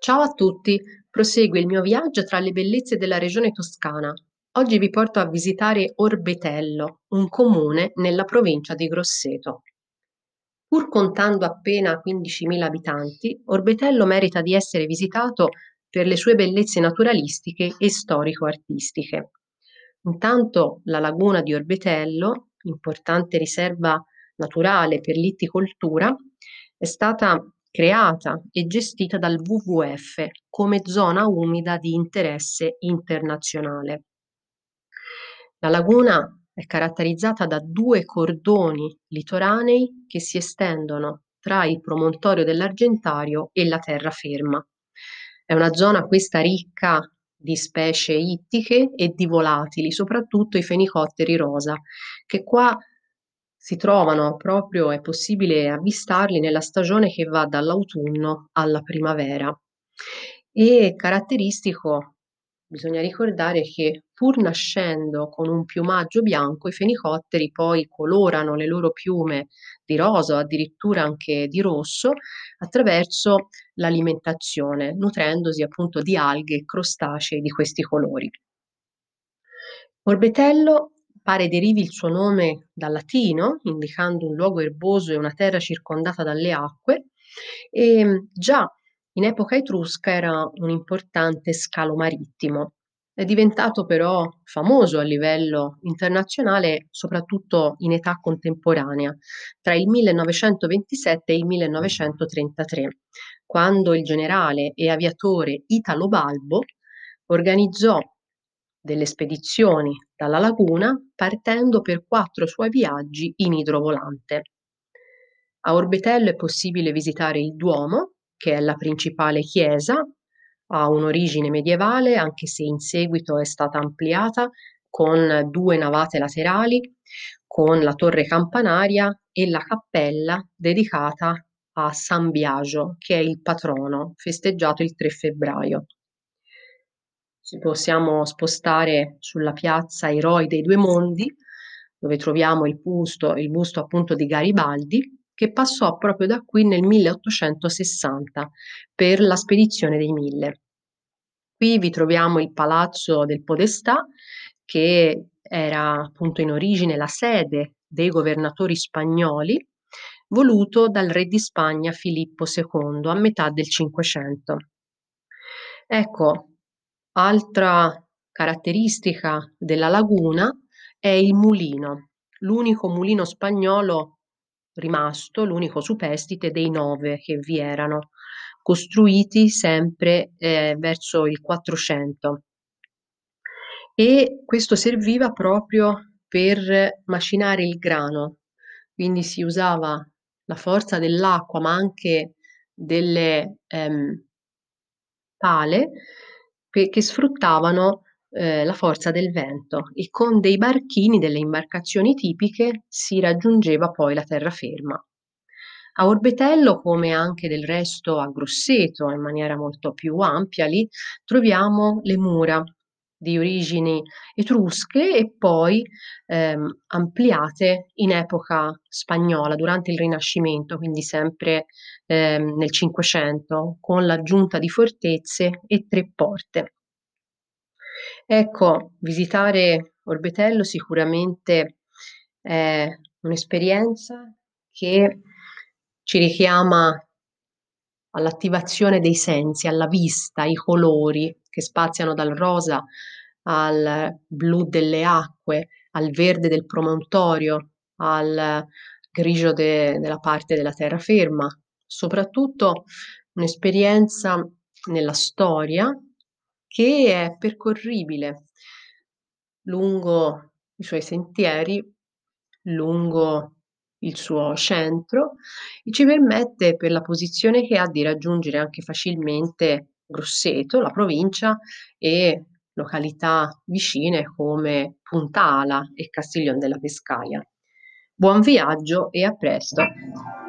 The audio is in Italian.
Ciao a tutti, prosegue il mio viaggio tra le bellezze della regione toscana. Oggi vi porto a visitare Orbetello, un comune nella provincia di Grosseto. Pur contando appena 15.000 abitanti, Orbetello merita di essere visitato per le sue bellezze naturalistiche e storico-artistiche. Intanto la laguna di Orbetello, importante riserva naturale per l'itticoltura, è stata creata e gestita dal WWF come zona umida di interesse internazionale. La laguna è caratterizzata da due cordoni litoranei che si estendono tra il promontorio dell'Argentario e la terraferma. È una zona questa ricca di specie ittiche e di volatili, soprattutto i fenicotteri rosa, che qua si trovano proprio, è possibile avvistarli nella stagione che va dall'autunno alla primavera. E caratteristico, bisogna ricordare che pur nascendo con un piumaggio bianco, i fenicotteri poi colorano le loro piume di rosa o addirittura anche di rosso attraverso l'alimentazione, nutrendosi appunto di alghe e crostacei di questi colori. Orbetello pare derivi il suo nome dal latino, indicando un luogo erboso e una terra circondata dalle acque, e già in epoca etrusca era un importante scalo marittimo. È diventato però famoso a livello internazionale, soprattutto in età contemporanea, tra il 1927 e il 1933, quando il generale e aviatore Italo Balbo organizzò delle spedizioni dalla laguna partendo per 4 suoi viaggi in idrovolante. A Orbetello è possibile visitare il Duomo, che è la principale chiesa, ha un'origine medievale, anche se in seguito è stata ampliata con 2 navate laterali, con la torre campanaria e la cappella dedicata a San Biagio, che è il patrono, festeggiato il 3 febbraio. Ci possiamo spostare sulla piazza Eroi dei Due Mondi, dove troviamo il busto appunto di Garibaldi, che passò proprio da qui nel 1860 per la spedizione dei Mille. Qui vi troviamo il Palazzo del Podestà, che era appunto in origine la sede dei governatori spagnoli, voluto dal re di Spagna Filippo II a metà del Cinquecento. Ecco, altra caratteristica della laguna è il mulino, l'unico mulino spagnolo rimasto, l'unico superstite dei 9 che vi erano, costruiti sempre verso il 400. E questo serviva proprio per macinare il grano, quindi si usava la forza dell'acqua, ma anche delle pale che sfruttavano la forza del vento e con dei barchini, delle imbarcazioni tipiche, si raggiungeva poi la terraferma. A Orbetello, come anche del resto a Grosseto, in maniera molto più ampia, lì troviamo le mura di origini etrusche e poi ampliate in epoca spagnola durante il Rinascimento, quindi sempre nel Cinquecento, con l'aggiunta di fortezze e 3 porte. Ecco, visitare Orbetello sicuramente è un'esperienza che ci richiama all'attivazione dei sensi, alla vista, ai colori che spaziano dal rosa al blu delle acque, al verde del promontorio, al grigio della parte della terraferma. Soprattutto un'esperienza nella storia che è percorribile lungo i suoi sentieri, lungo il suo centro e ci permette, per la posizione che ha, di raggiungere anche facilmente Grosseto, la provincia, e località vicine come Punta Ala e Castiglion della Pescaia. Buon viaggio e a presto!